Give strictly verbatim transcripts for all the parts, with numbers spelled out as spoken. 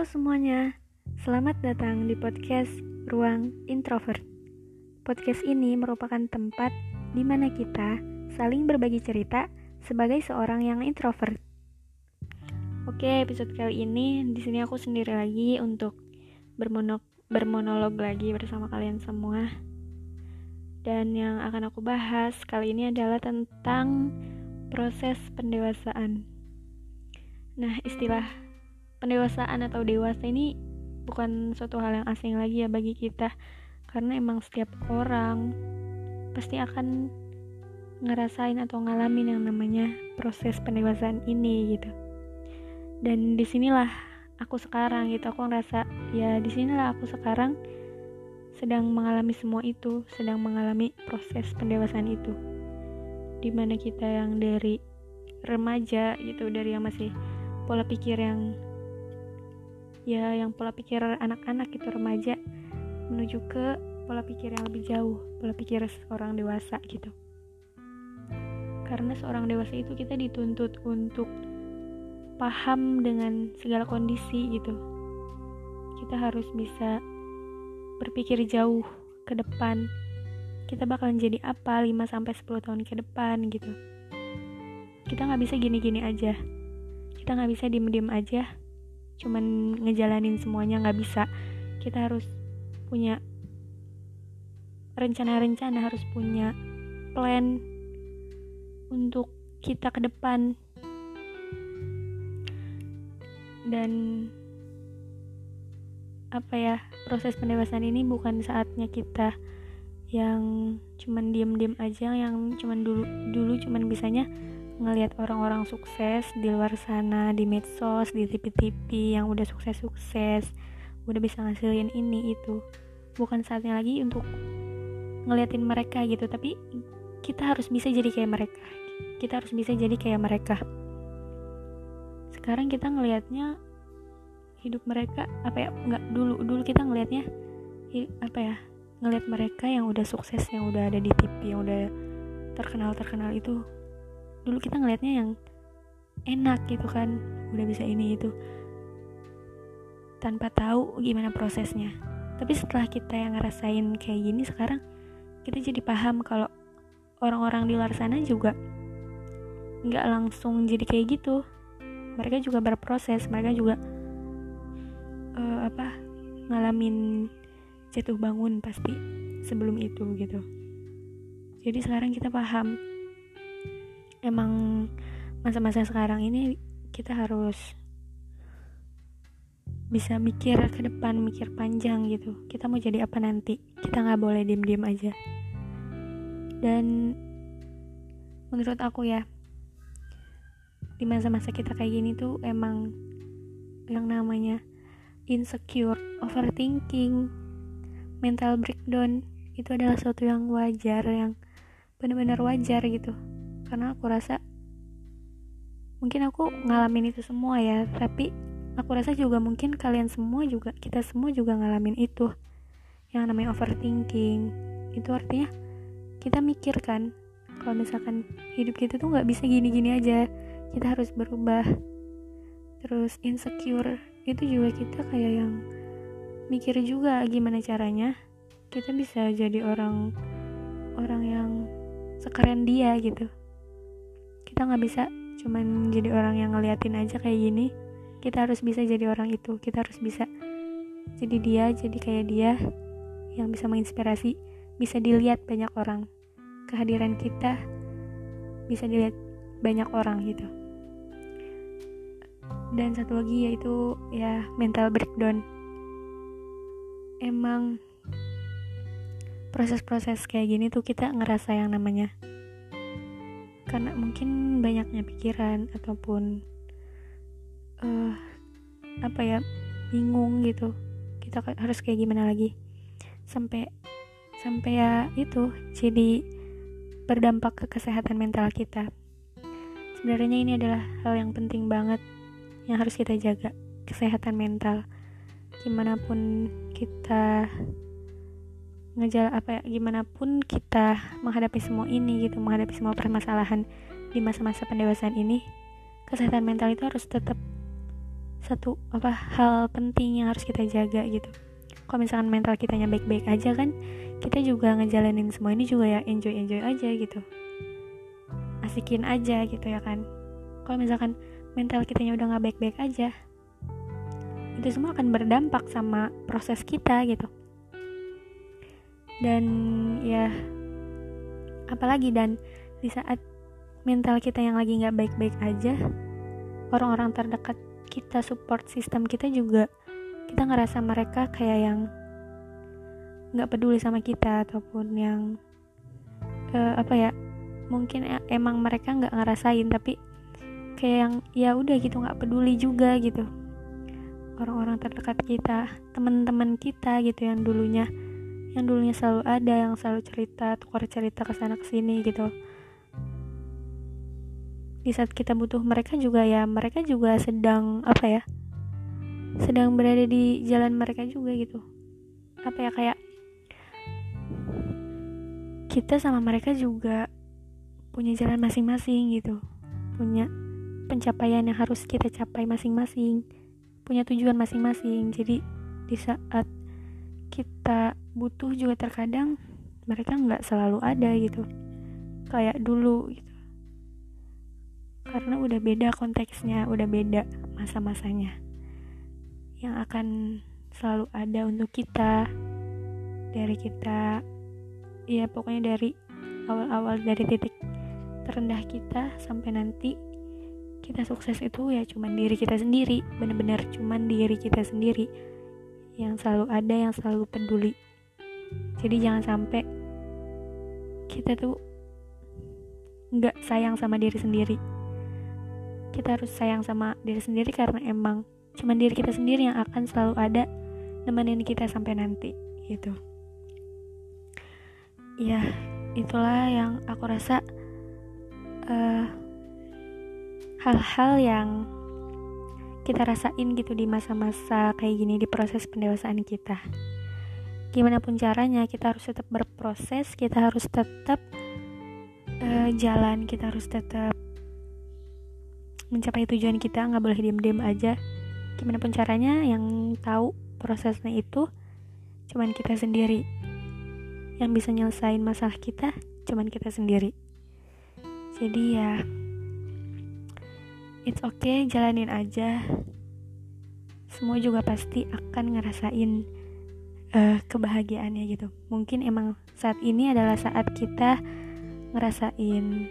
semuanya, selamat datang di podcast Ruang Introvert. Podcast ini merupakan tempat di mana kita saling berbagi cerita sebagai seorang yang introvert. Oke, episode kali ini di sini aku sendiri lagi untuk bermono- bermonolog lagi bersama kalian semua. Dan yang akan aku bahas kali ini adalah tentang proses pendewasaan. Nah, istilah pendewasaan atau dewasa ini bukan suatu hal yang asing lagi ya bagi kita, karena emang setiap orang pasti akan ngerasain atau ngalamin yang namanya proses pendewasaan ini gitu. Dan disinilah aku sekarang gitu, aku ngerasa ya disinilah aku sekarang sedang mengalami semua itu, sedang mengalami proses pendewasaan itu, dimana kita yang dari remaja gitu, dari yang masih pola pikir yang ya yang pola pikir anak-anak gitu, remaja, menuju ke pola pikir yang lebih jauh, pola pikir seorang dewasa gitu. Karena seorang dewasa itu kita dituntut untuk paham dengan segala kondisi gitu. Kita harus bisa berpikir jauh ke depan. Kita bakalan jadi apa lima sampai sepuluh tahun ke depan gitu. Kita gak bisa gini-gini aja. Kita gak bisa diem-diem aja cuman ngejalanin semuanya, gak bisa. Kita harus punya rencana-rencana, harus punya plan untuk kita ke depan. Dan apa ya, proses pendewasaan ini bukan saatnya kita yang cuman diem-diem aja, yang cuman dulu dulu cuman bisanya ngelihat orang-orang sukses di luar sana, di medsos, di T V-T V yang udah sukses-sukses, udah bisa ngasilin ini itu. Bukan saatnya lagi untuk ngeliatin mereka gitu, tapi kita harus bisa jadi kayak mereka. Kita harus bisa jadi kayak mereka. Sekarang kita ngelihatnya hidup mereka apa ya? Enggak, dulu dulu kita ngelihatnya apa ya? Ngelihat mereka yang udah sukses, yang udah ada di T V, yang udah terkenal-terkenal itu. Dulu kita ngelihatnya yang enak gitu kan, udah bisa ini itu, tanpa tahu gimana prosesnya. Tapi setelah kita yang ngerasain kayak gini sekarang, kita jadi paham kalau orang-orang di luar sana juga nggak langsung jadi kayak gitu. Mereka juga berproses, mereka juga uh, apa ngalamin jatuh bangun pasti sebelum itu gitu. Jadi sekarang kita paham, emang masa-masa sekarang ini kita harus bisa mikir ke depan, mikir panjang gitu. Kita mau jadi apa nanti, kita gak boleh diem-diem aja. Dan menurut aku ya, di masa-masa kita kayak gini tuh emang yang namanya insecure, overthinking, mental breakdown itu adalah sesuatu yang wajar, yang benar-benar wajar gitu. Karena aku rasa mungkin aku ngalamin itu semua ya, tapi aku rasa juga mungkin kalian semua juga, kita semua juga ngalamin itu, yang namanya overthinking. Itu artinya kita mikir kan, kalau misalkan hidup kita tuh gak bisa gini-gini aja, kita harus berubah. Terus insecure itu juga kita kayak yang mikir juga gimana caranya kita bisa jadi orang orang yang sekeren dia gitu. Kita gak bisa cuman jadi orang yang ngeliatin aja kayak gini. Kita harus bisa jadi orang itu. Kita harus bisa jadi dia, jadi kayak dia, yang bisa menginspirasi, bisa dilihat banyak orang. Kehadiran kita bisa dilihat banyak orang gitu. Dan satu lagi yaitu ya mental breakdown. Emang proses-proses kayak gini tuh kita ngerasa yang namanya, karena mungkin banyaknya pikiran ataupun uh, apa ya, bingung gitu, kita harus kayak gimana lagi, sampai sampai ya itu jadi berdampak ke kesehatan mental kita. Sebenarnya ini adalah hal yang penting banget yang harus kita jaga, kesehatan mental. Gimana pun kita ngejala apa ya, gimana pun kita menghadapi semua ini gitu, menghadapi semua permasalahan di masa-masa pendewasaan ini, kesehatan mental itu harus tetap satu apa hal penting yang harus kita jaga gitu. Kalau misalkan mental kitanya baik-baik aja kan, kita juga ngejalanin semua ini juga ya enjoy-enjoy aja gitu, asikin aja gitu ya kan. Kalau misalkan mental kitanya udah nggak baik-baik aja, itu semua akan berdampak sama proses kita gitu. Dan ya apalagi dan di saat mental kita yang lagi nggak baik-baik aja, orang-orang terdekat kita, support system kita juga, kita ngerasa mereka kayak yang nggak peduli sama kita, ataupun yang uh, apa ya mungkin emang mereka nggak ngerasain tapi kayak yang ya udah gitu, nggak peduli juga gitu. Orang-orang terdekat kita, teman-teman kita gitu, yang dulunya yang dulunya selalu ada, yang selalu cerita, tukar cerita kesana kesini gitu. Di saat kita butuh mereka juga ya, mereka juga sedang apa ya sedang berada di jalan mereka juga gitu. Apa ya, kayak kita sama mereka juga punya jalan masing-masing gitu, punya pencapaian yang harus kita capai masing-masing, punya tujuan masing-masing. Jadi di saat kita butuh juga terkadang mereka nggak selalu ada gitu kayak dulu gitu, karena udah beda konteksnya, udah beda masa-masanya. Yang akan selalu ada untuk kita, dari kita, ya pokoknya dari awal-awal, dari titik terendah kita sampai nanti kita sukses itu ya cuman diri kita sendiri, benar-benar cuman diri kita sendiri yang selalu ada, yang selalu peduli. Jadi jangan sampai kita tuh nggak sayang sama diri sendiri. Kita harus sayang sama diri sendiri karena emang cuma diri kita sendiri yang akan selalu ada nemenin kita sampai nanti gitu. Ya itulah yang aku rasa uh, hal-hal yang kita rasain gitu di masa-masa kayak gini, di proses pendewasaan kita. Gimana pun caranya kita harus tetap berproses, kita harus tetap uh, jalan, kita harus tetap mencapai tujuan kita, nggak boleh diem-diem aja. Gimana pun caranya, yang tahu prosesnya itu cuman kita sendiri. Yang bisa nyelesain masalah kita cuman kita sendiri. Jadi ya it's okay, jalanin aja. Semua juga pasti akan ngerasain uh, kebahagiaannya gitu. Mungkin emang saat ini adalah saat kita ngerasain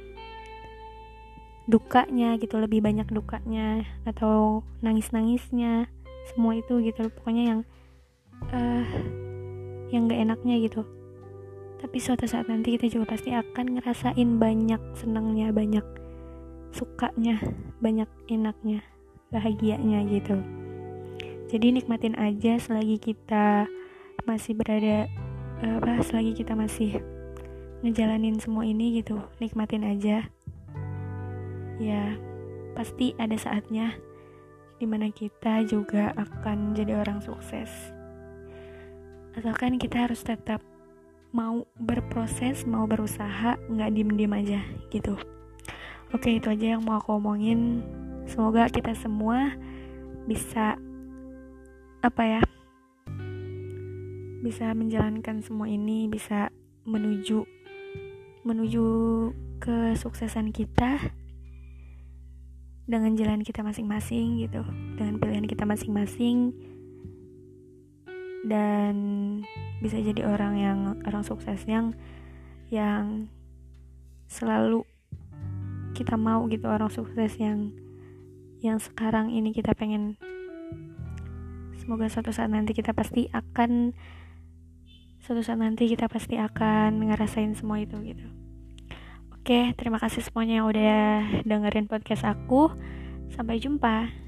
dukanya gitu, lebih banyak dukanya atau nangis-nangisnya, semua itu gitu, pokoknya yang uh, yang gak enaknya gitu. Tapi suatu saat nanti kita juga pasti akan ngerasain banyak senangnya, banyak sukanya, banyak enaknya, bahagianya gitu. Jadi nikmatin aja selagi kita masih berada uh, apa selagi kita masih ngejalanin semua ini gitu, nikmatin aja. Ya pasti ada saatnya dimana kita juga akan jadi orang sukses, asalkan kita harus tetap mau berproses, mau berusaha, gak diem-diem aja gitu. Oke, itu aja yang mau aku omongin. Semoga kita semua bisa apa ya bisa menjalankan semua ini, bisa menuju menuju kesuksesan kita dengan jalan kita masing-masing gitu, dengan pilihan kita masing-masing, dan bisa jadi orang yang orang sukses yang yang selalu kita mau gitu, orang sukses yang yang sekarang ini kita pengen. Semoga suatu saat nanti kita pasti akan suatu saat nanti kita pasti akan ngerasain semua itu gitu. Oke, terima kasih semuanya yang udah dengerin podcast aku. Sampai jumpa.